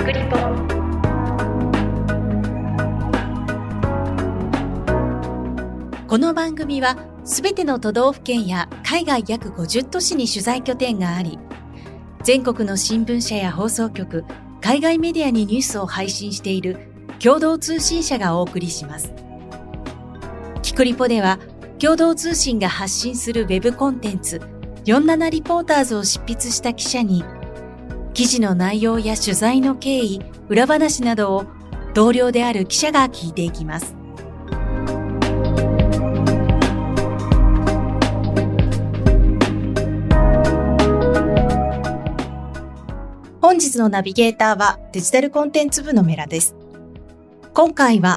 くりぽ。この番組はすべての都道府県や海外約50都市に取材拠点があり、全国の新聞社や放送局、海外メディアにニュースを配信している共同通信社がお送りします。キクリポでは共同通信が発信するウェブコンテンツ47リポーターズを執筆した記者に、記事の内容や取材の経緯、裏話などを同僚である記者が聞いていきます。本日のナビゲーターはデジタルコンテンツ部のメラです。今回は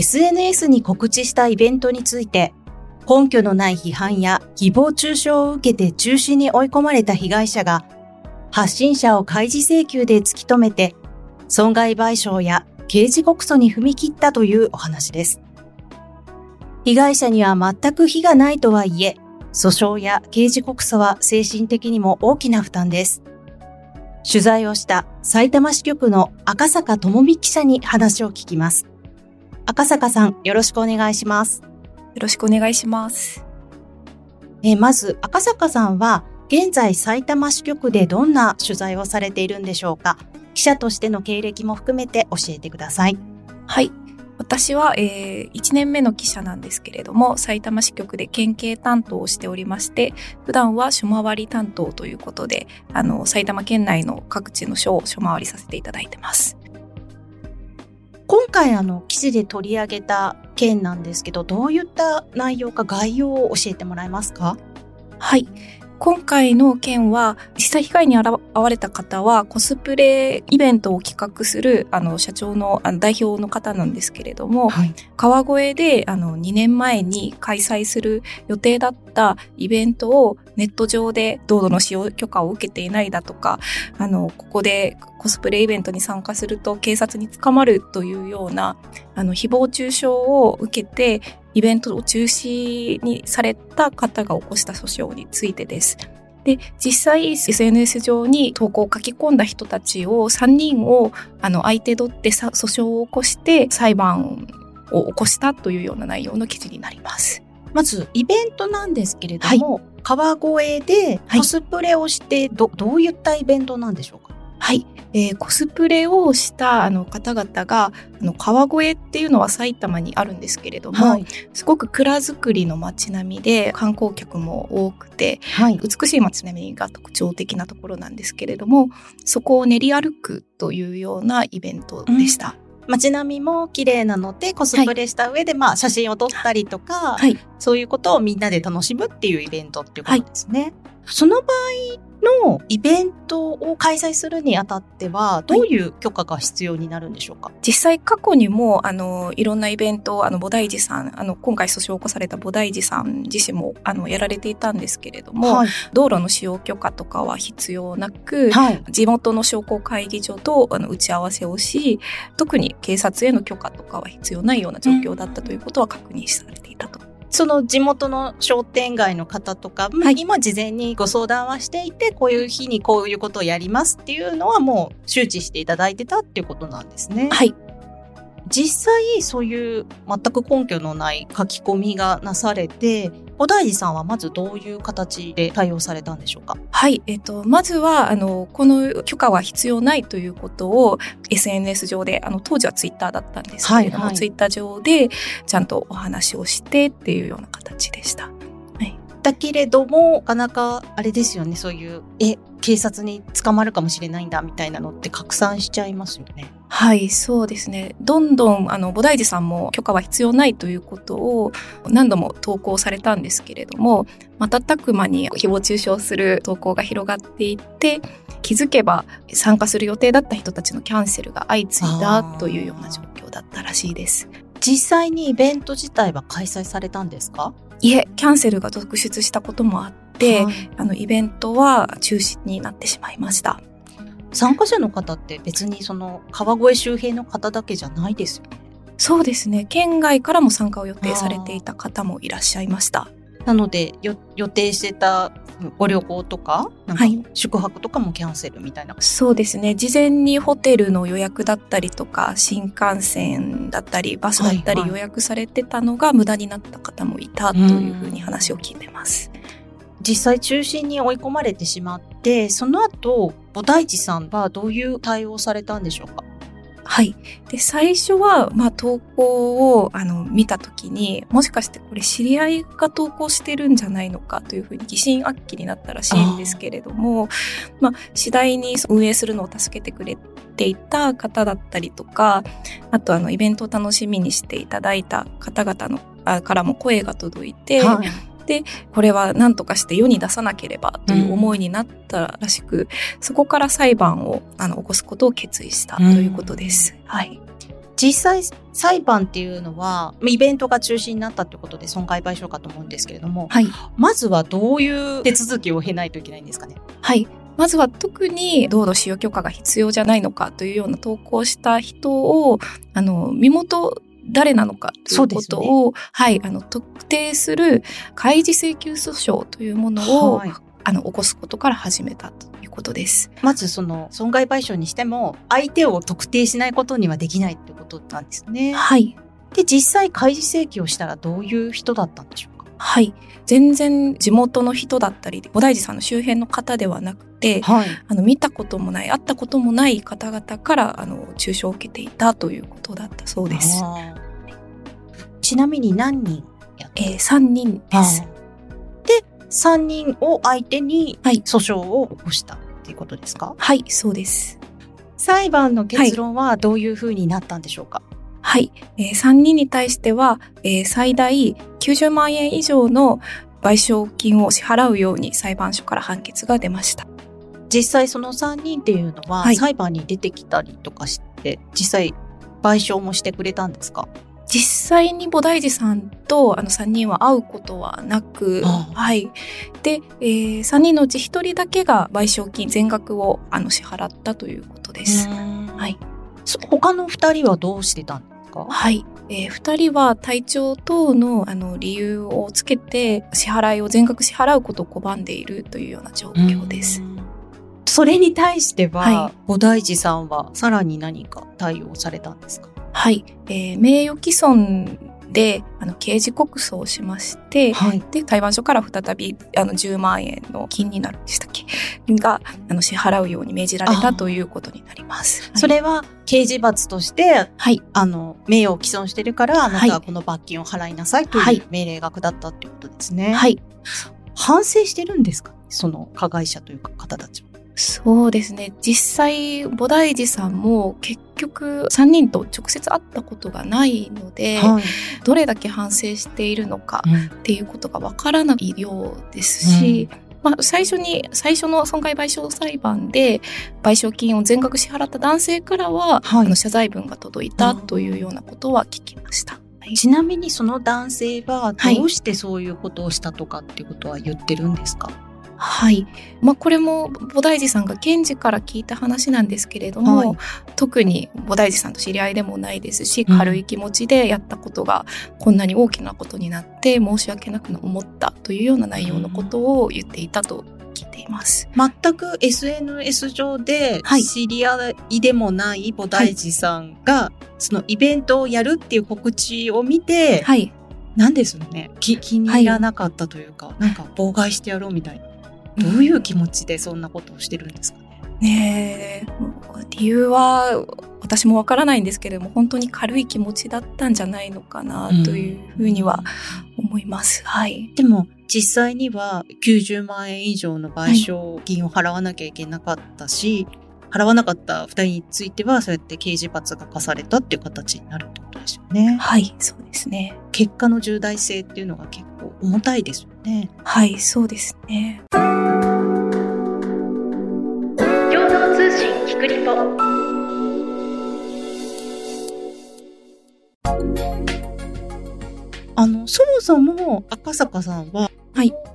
SNS に告知したイベントについて、根拠のない批判や誹謗中傷を受けて中止に追い込まれた被害者が、発信者を開示請求で突き止めて、損害賠償や刑事告訴に踏み切ったというお話です。被害者には全く非がないとはいえ、訴訟や刑事告訴は精神的にも大きな負担です。取材をしたさいたま支局の赤坂智美記者に話を聞きます。赤坂さん、よろしくお願いします。 よろしくお願いします。 まず赤坂さんは現在さいたま支局でどんな取材をされているんでしょうか。記者としての経歴も含めて教えてください。 はい。私は、1年目の記者なんですけれども、さいたま支局で県警担当をしておりまして、普段は署回り担当ということで、埼玉県内の各地の署を署回りさせていただいてます。 今回記事で取り上げた件なんですけど、どういった内容か概要を教えてもらえますか？ はい。今回の件は、実際被害に遭われた方はコスプレイベントを企画する社長の代表の方なんですけれども、はい、川越で2年前に開催する予定だったイベントをネット上で道路の使用許可を受けていないだとか、ここでコスプレイベントに参加すると警察に捕まるというような誹謗中傷を受けてイベントを中止にされた方が起こした訴訟についてです。で、実際 SNS 上に投稿を書き込んだ人たちを3人を相手取って訴訟を起こして裁判を起こしたというような内容の記事になります。 まずイベントなんですけれども、はい、川越でコスプレをして、どういったイベントなんでしょうか？ はい、コスプレをした方々が川越っていうのは埼玉にあるんですけれども、はい、すごく蔵造りの街並みで観光客も多くて、はい、美しい街並みが特徴的なところなんですけれども、そこを練り歩くというようなイベントでした。 街並みも綺麗なのでコスプレした上で、写真を撮ったりとか、はい、そういうことをみんなで楽しむっていうイベントっていうことですね。はい、その場合のイベントを開催するにあたってはどういう許可が必要になるんでしょうか？ 実際過去にもいろんなイベントを菩提寺さん今回訴訟を起こされた菩提寺さん自身もやられていたんですけれども、はい、道路の使用許可とかは必要なく、はい、地元の商工会議所と打ち合わせをし、特に警察への許可とかは必要ないような状況だったということは確認されていたと。 その地元の商店街の方とかにも事前にご相談はしていて、こういう日にこういうことをやりますっていうのはもう周知していただいてたっていうことなんですね。はい。実際そういう全く根拠のない書き込みがなされて、菩提寺さんはまずどういう形で対応されたんでしょうか？ はい、まずはこの許可は必要ないということを SNS 上で当時はツイッターだったんですけれども、ツイッター上でちゃんとお話をしてっていうような形でした。はい、 だけれどもなかなかあれですよね、そういう警察に捕まるかもしれないんだみたいなのって拡散しちゃいますよね。 はい、そうですね。どんどん菩提寺さんも許可は必要ないということを何度も投稿されたんですけれども、瞬く間に誹謗中傷する投稿が広がっていって、気づけば参加する予定だった人たちのキャンセルが相次いだというような状況だったらしいです。 実際にイベント自体は開催されたんですか？ いえ、キャンセルが続出したこともあって、イベントは中止になってしまいました。 参加者の方って別にその川越周辺の方だけじゃないですよね。 そうですね。県外からも参加を予定されていた方もいらっしゃいました。 なので予定してたご旅行とか、なんか宿泊とかもキャンセルみたいな。 そうですね。事前にホテルの予約だったりとか、新幹線だったり、バスだったり予約されてたのが無駄になった方もいたというふうに話を聞いてます。 実際中心に追い込まれてしまって、その後、菩提寺さんはどういう対応をされたんでしょうか？ はい。で、最初は、投稿を、見たときに、もしかしてこれ知り合いが投稿してるんじゃないのかというふうに疑心暗鬼になったらしいんですけれども、次第に運営するのを助けてくれていた方だったりとか、あとイベントを楽しみにしていただいた方々のからも声が届いて、で、これは何とかして世に出さなければという思いになったらしく、そこから裁判を起こすことを決意したということです。はい。 実際裁判っていうのはイベントが中止になったってことで損害賠償かと思うんですけれども、まずはどういう手続きを経ないといけないんですかね？はい。 まずは特に道路使用許可が必要じゃないのかというような投稿した人を身元誰なのかということを、特定する開示請求訴訟というものを、起こすことから始めたということです。 まずその損害賠償にしても相手を特定しないことにはできないってことなんですね。 はい。 で、実際開示請求をしたらどういう人だったんでしょうか？ はい。全然地元の人だったり、菩提寺さんの周辺の方ではなくて、見たこともない、会ったこともない方々から中傷を受けていたということだったそうです。 ちなみに何人やった ？3人です。 で、3人を相手に訴訟を起こしたっていうことですか？ はい、そうです。 裁判の結論はどういうふうになったんでしょうか？ はい。3人に対しては、最大90万円以上の賠償金を支払うように裁判所から判決が出ました。 実際その3人っていうのは、裁判に出てきたりとかして、実際賠償もしてくれたんですか？ 実際に菩提寺さんと3人は会うことはなく、で、3人のうち1人だけが賠償金全額を支払ったということです。 他の2人はどうしてたんですか？ 2人は体調等の理由をつけて全額支払うことを拒んでいるというような状況です。 それに対しては、菩提寺さんはさらに何か対応されたんですか？ 名誉毀損で刑事告訴をしまして、で裁判所から再び10万円の金になるんでしたっけが支払うように命じられたということになります。 それは刑事罰として、名誉を毀損してるからあなたはこの罰金を払いなさいという命令が下ったっていうことですね。反省してるんですか？その加害者というか方たちは。 そうですね。実際菩提寺さんも結局3人と直接会ったことがないので、どれだけ反省しているのかっていうことがわからないようですし、最初の損害賠償裁判で賠償金を全額支払った男性からは、謝罪文が届いたというようなことは聞きました。 ちなみにその男性はどうしてそういうことをしたとかっていうことは言ってるんですか？ これも菩提寺さんが検事から聞いた話なんですけれども、特に菩提寺さんと知り合いでもないですし、軽い気持ちでやったことがこんなに大きなことになって申し訳なく思ったというような内容のことを言っていたと聞いています。 全く SNS 上で知り合いでもない菩提寺さんがそのイベントをやるっていう告知を見て、なんですよね、気に入らなかったというか、なんか妨害してやろうみたいな。どういう気持ちでそんなことをしてるんですかね？ 理由は私もわからないんですけれども、本当に軽い気持ちだったんじゃないのかなというふうには思います。 でも実際には90万円以上の賠償金を払わなきゃいけなかったし、払わなかった2人についてはそうやって刑事罰が課されたっていう形になるってことですよね。 そうですね。 結果の重大性っていうのが結構重たいですよね。 そうですね。 共同通信キクリポ。そもそも赤坂さんは、菩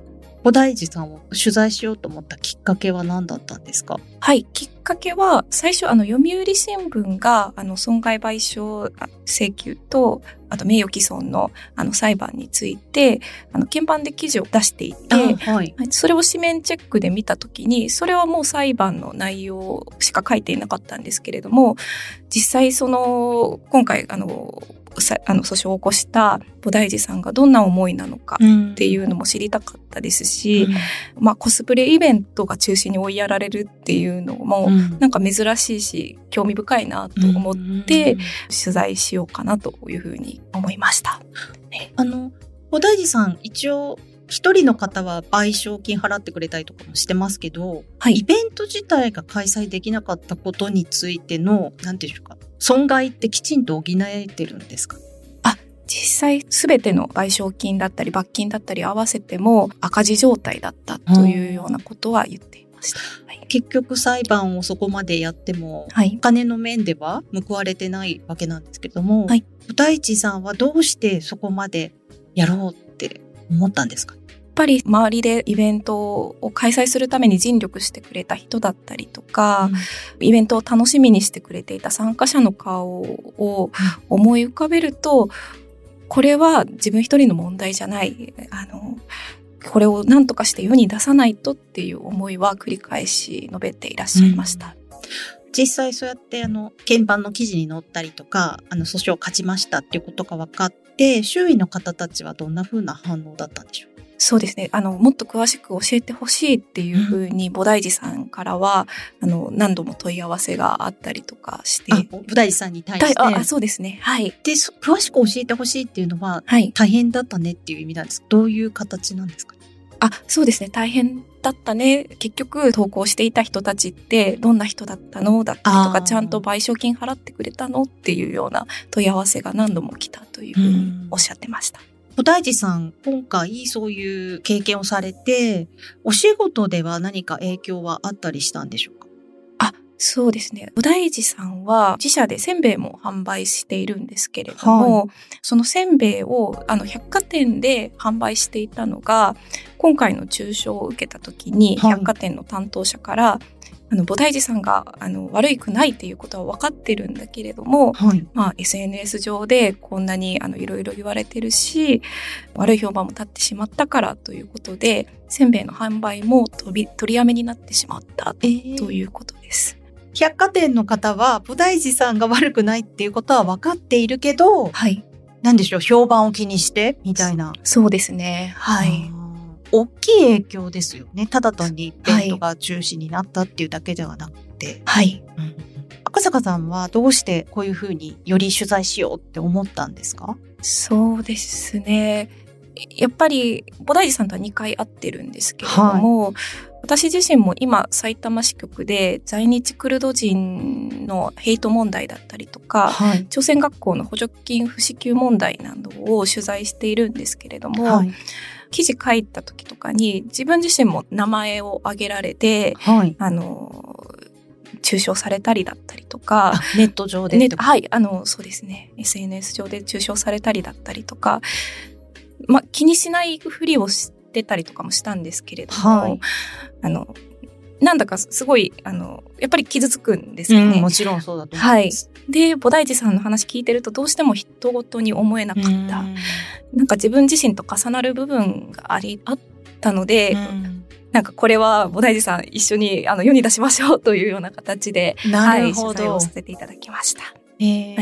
小大治さんを取材しようと思ったきっかけは何だったんですか？ はい、きっかけは最初読売新聞が損害賠償請求とあと名誉毀損の裁判について鍵盤で記事を出していて、はい、それを紙面チェックで見たときにそれはもう裁判の内容しか書いていなかったんですけれども、実際今回訴訟を起こした菩提寺さんがどんな思いなのかっていうのも知りたかったですし、コスプレイベントが中心に追いやられるっていうのもなんか珍しいし興味深いなと思って取材しようかなというふうに思いました。 菩提寺さん一応一人の方は賠償金払ってくれたりとかもしてますけど、はい、イベント自体が開催できなかったことについてのなんていうんでしょうか、損害ってきちんと補えてるんですか？ 実際すべての賠償金だったり罰金だったり合わせても赤字状態だったというようなことは言っていました。はい、 結局裁判をそこまでやっても、はい、お金の面では報われてないわけなんですけども、はい、菩提寺さんはどうしてそこまでやろうって思ったんですか？ やっぱり周りでイベントを開催するために尽力してくれた人だったりとか、イベントを楽しみにしてくれていた参加者の顔を思い浮かべると、これは自分一人の問題じゃない、これを何とかして世に出さないとっていう思いは繰り返し述べていらっしゃいました。 実際そうやって鍵盤の記事に載ったりとか訴訟を勝ちましたっていうことが分かって周囲の方たちはどんな風な反応だったんでしょう？ そうですね。もっと詳しく教えてほしいっていうふうに、菩提寺さんからは、何度も問い合わせがあったりとかして。 菩提寺さんに対して。 そうですね。はい。 で、詳しく教えてほしいっていうのは、はい、大変だったねっていう意味なんです。どういう形なんですか？ そうですね。大変だったね。結局、投稿していた人たちって、どんな人だったのだったりとか、ちゃんと賠償金払ってくれたのっていうような問い合わせが何度も来たというふうにおっしゃってました。 菩提寺さん、今回そういう経験をされて、お仕事では何か影響はあったりしたんでしょうか？ そうですね。菩提寺さんは自社でせんべいも販売しているんですけれども、はい、そのせんべいを百貨店で販売していたのが、今回の中傷を受けた時に、百貨店の担当者から、菩提寺さんが悪くないっていうことは分かってるんだけれども、はい、SNS 上でこんなにいろいろ言われてるし、悪い評判も立ってしまったからということで、せんべいの販売も取りやめになってしまったということです。 百貨店の方は菩提寺さんが悪くないっていうことは分かっているけど、はい、なんでしょう、評判を気にしてみたいな。 そうですね。はい。 大きい影響ですよね。ただ単にイベントが中止になったっていうだけではなくて。はい。赤坂さんはどうしてこういうふうにより取材しようって思ったんですか？ そうですね。やっぱり菩提寺さんとは2回会ってるんですけれども、はい、私自身も今埼玉支局で在日クルド人のヘイト問題だったりとか、はい、朝鮮学校の補助金不支給問題などを取材しているんですけれども、はい、記事書いた時とかに自分自身も名前を挙げられて、はい、中傷されたりだったりとか、 ネット上ではい、そうですね、SNS 上で中傷されたりだったりとか、気にしないふりをしてたりとかもしたんですけれども、はい、なんだかすごいやっぱり傷つくんですよね。 もちろんそうだと思います。 はい。で、菩提寺さんの話聞いてるとどうしても人ごとに思えなかった。なんか自分自身と重なる部分があったので、なんかこれは菩提寺さん一緒に世に出しましょうというような形で、はい、取材をさせていただきました。 はい、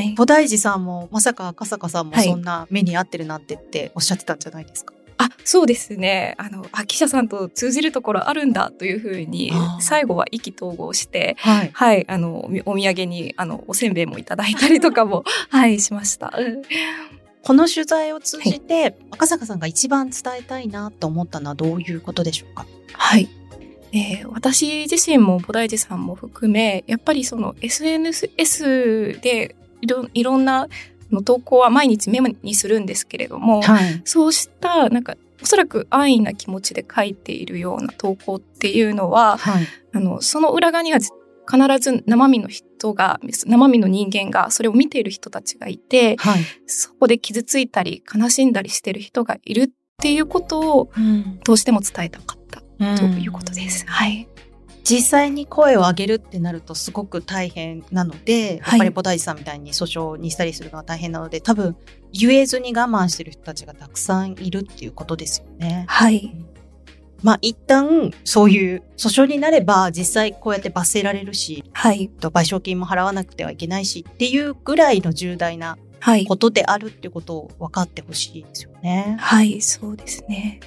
菩提寺さんもまさか赤坂さんもそんな目に遭ってるなんてっておっしゃってたんじゃないですか？ そうですね。記者さんと通じるところあるんだというふうに、最後は意気投合して、はい、はい、お土産に、おせんべいもいただいたりとかも、はい、しました。 この取材を通じて、はい、赤坂さんが一番伝えたいなと思ったのはどういうことでしょうか？ はい。私自身も菩提寺さんも含め、やっぱりその SNS でいろんな投稿は毎日メモにするんですけれども、はい、そうしたなんかおそらく安易な気持ちで書いているような投稿っていうのは、はい、その裏側には必ず生身の人間がそれを見ている人たちがいて、はい、そこで傷ついたり悲しんだりしている人がいるっっていうことをどうしても伝えたかったということです。はい。 実際に声を上げるってなるとすごく大変なので、やっぱり菩提寺さんみたいに訴訟にしたりするのは大変なので、多分言えずに我慢してる人たちがたくさんいるっていうことですよね。 はい。 一旦そういう訴訟になれば実際こうやって罰せられるし、 はい。 賠償金も払わなくてはいけないしっていうぐらいの重大なことであるっていうことを分かってほしいですよね。 はい、そうですね。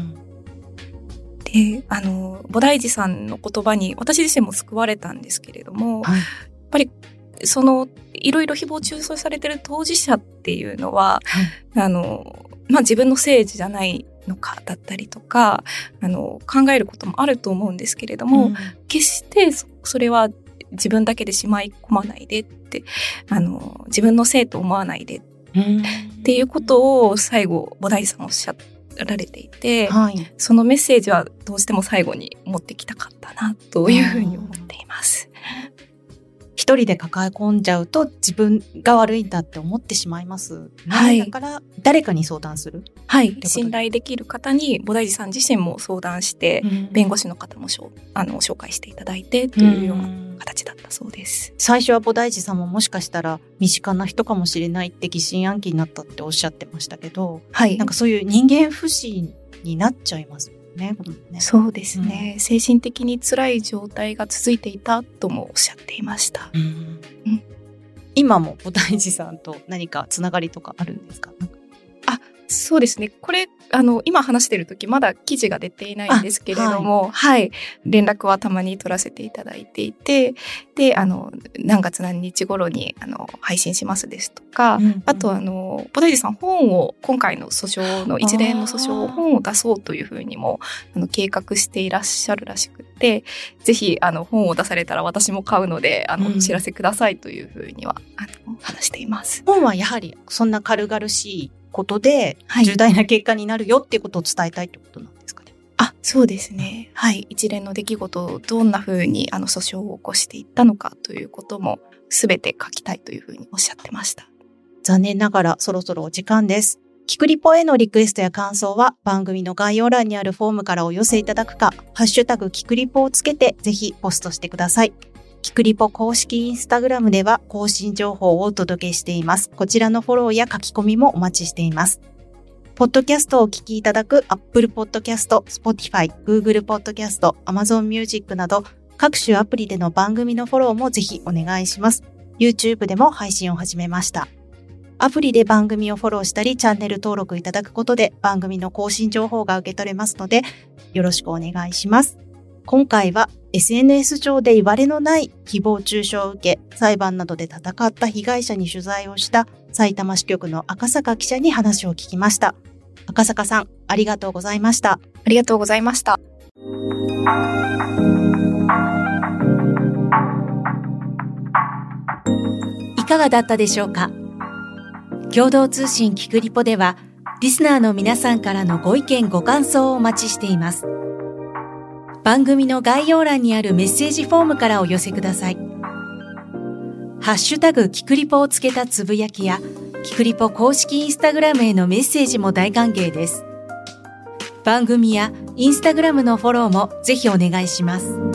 で、菩提寺さんの言葉に私自身も救われたんですけれども、やっぱりいろいろ誹謗中傷されてる当事者っていうのは、自分のせいじゃないのかだったりとか、考えることもあると思うんですけれども、決してそれは自分だけでしまい込まないでって、自分のせいと思わないでっていうことを最後菩提寺さんおっしゃられていて、そのメッセージはどうしても最後に持ってきたかったなというふうに思っています。 一人で抱え込んじゃうと自分が悪いんだって思ってしまいますね。だから誰かに相談する。 信頼できる方に菩提寺さん自身も相談して、弁護士の方も紹介していただいてというような形だったそうです。 最初は菩提寺さんももしかしたら身近な人かもしれないって疑心暗鬼になったっておっしゃってましたけど、なんかそういう人間不信になっちゃいますね。 そうですね、精神的に辛い状態が続いていたともおっしゃっていました。 今も菩提寺さんと何かつながりとかあるんですか？ そうですね。これ、今話している時まだ記事が出ていないんですけれども、連絡はたまに取らせていただいていて、で、何月何日頃に、配信しますですとか、あと、菩提寺さん本を、今回の訴訟の一連の訴訟本を出そうというふうにも、計画していらっしゃるらしくて、ぜひ、本を出されたら私も買うので、お知らせくださいというふうには、話しています。 本はやはり、そんな軽々しいことで重大な結果になるよっていうことを伝えたいってことなんですかね。 そうですね。一連の出来事をどんな風に訴訟を起こしていったのかということも全て書きたいというふうにおっしゃってました。 残念ながらそろそろお時間です。キクリポへのリクエストや感想は番組の概要欄にあるフォームからお寄せいただくか、ハッシュタグキクリポをつけてぜひポストしてください。キクリポ公式インスタグラムでは更新情報をお届けしています。こちらのフォローや書き込みもお待ちしています。ポッドキャストをお聞きいただく Apple Podcast、Spotify、Google Podcast、Amazon Music など各種アプリでの番組のフォローもぜひお願いします。YouTube でも配信を始めました。アプリで番組をフォローしたりチャンネル登録いただくことで番組の更新情報が受け取れますのでよろしくお願いします。今回は SNS 上でいわれのない誹謗中傷を受け、裁判などで戦った被害者に取材をした埼玉支局の赤坂記者に話を聞きました。赤坂さん、ありがとうございました。 ありがとうございました。 いかがだったでしょうか？共同通信キクリポでは、リスナーの皆さんからのご意見ご感想をお待ちしています。番組の概要欄にあるメッセージフォームからお寄せください。ハッシュタグキクリポをつけたつぶやきや、キクリポ公式インスタグラムへのメッセージも大歓迎です。番組やインスタグラムのフォローもぜひお願いします。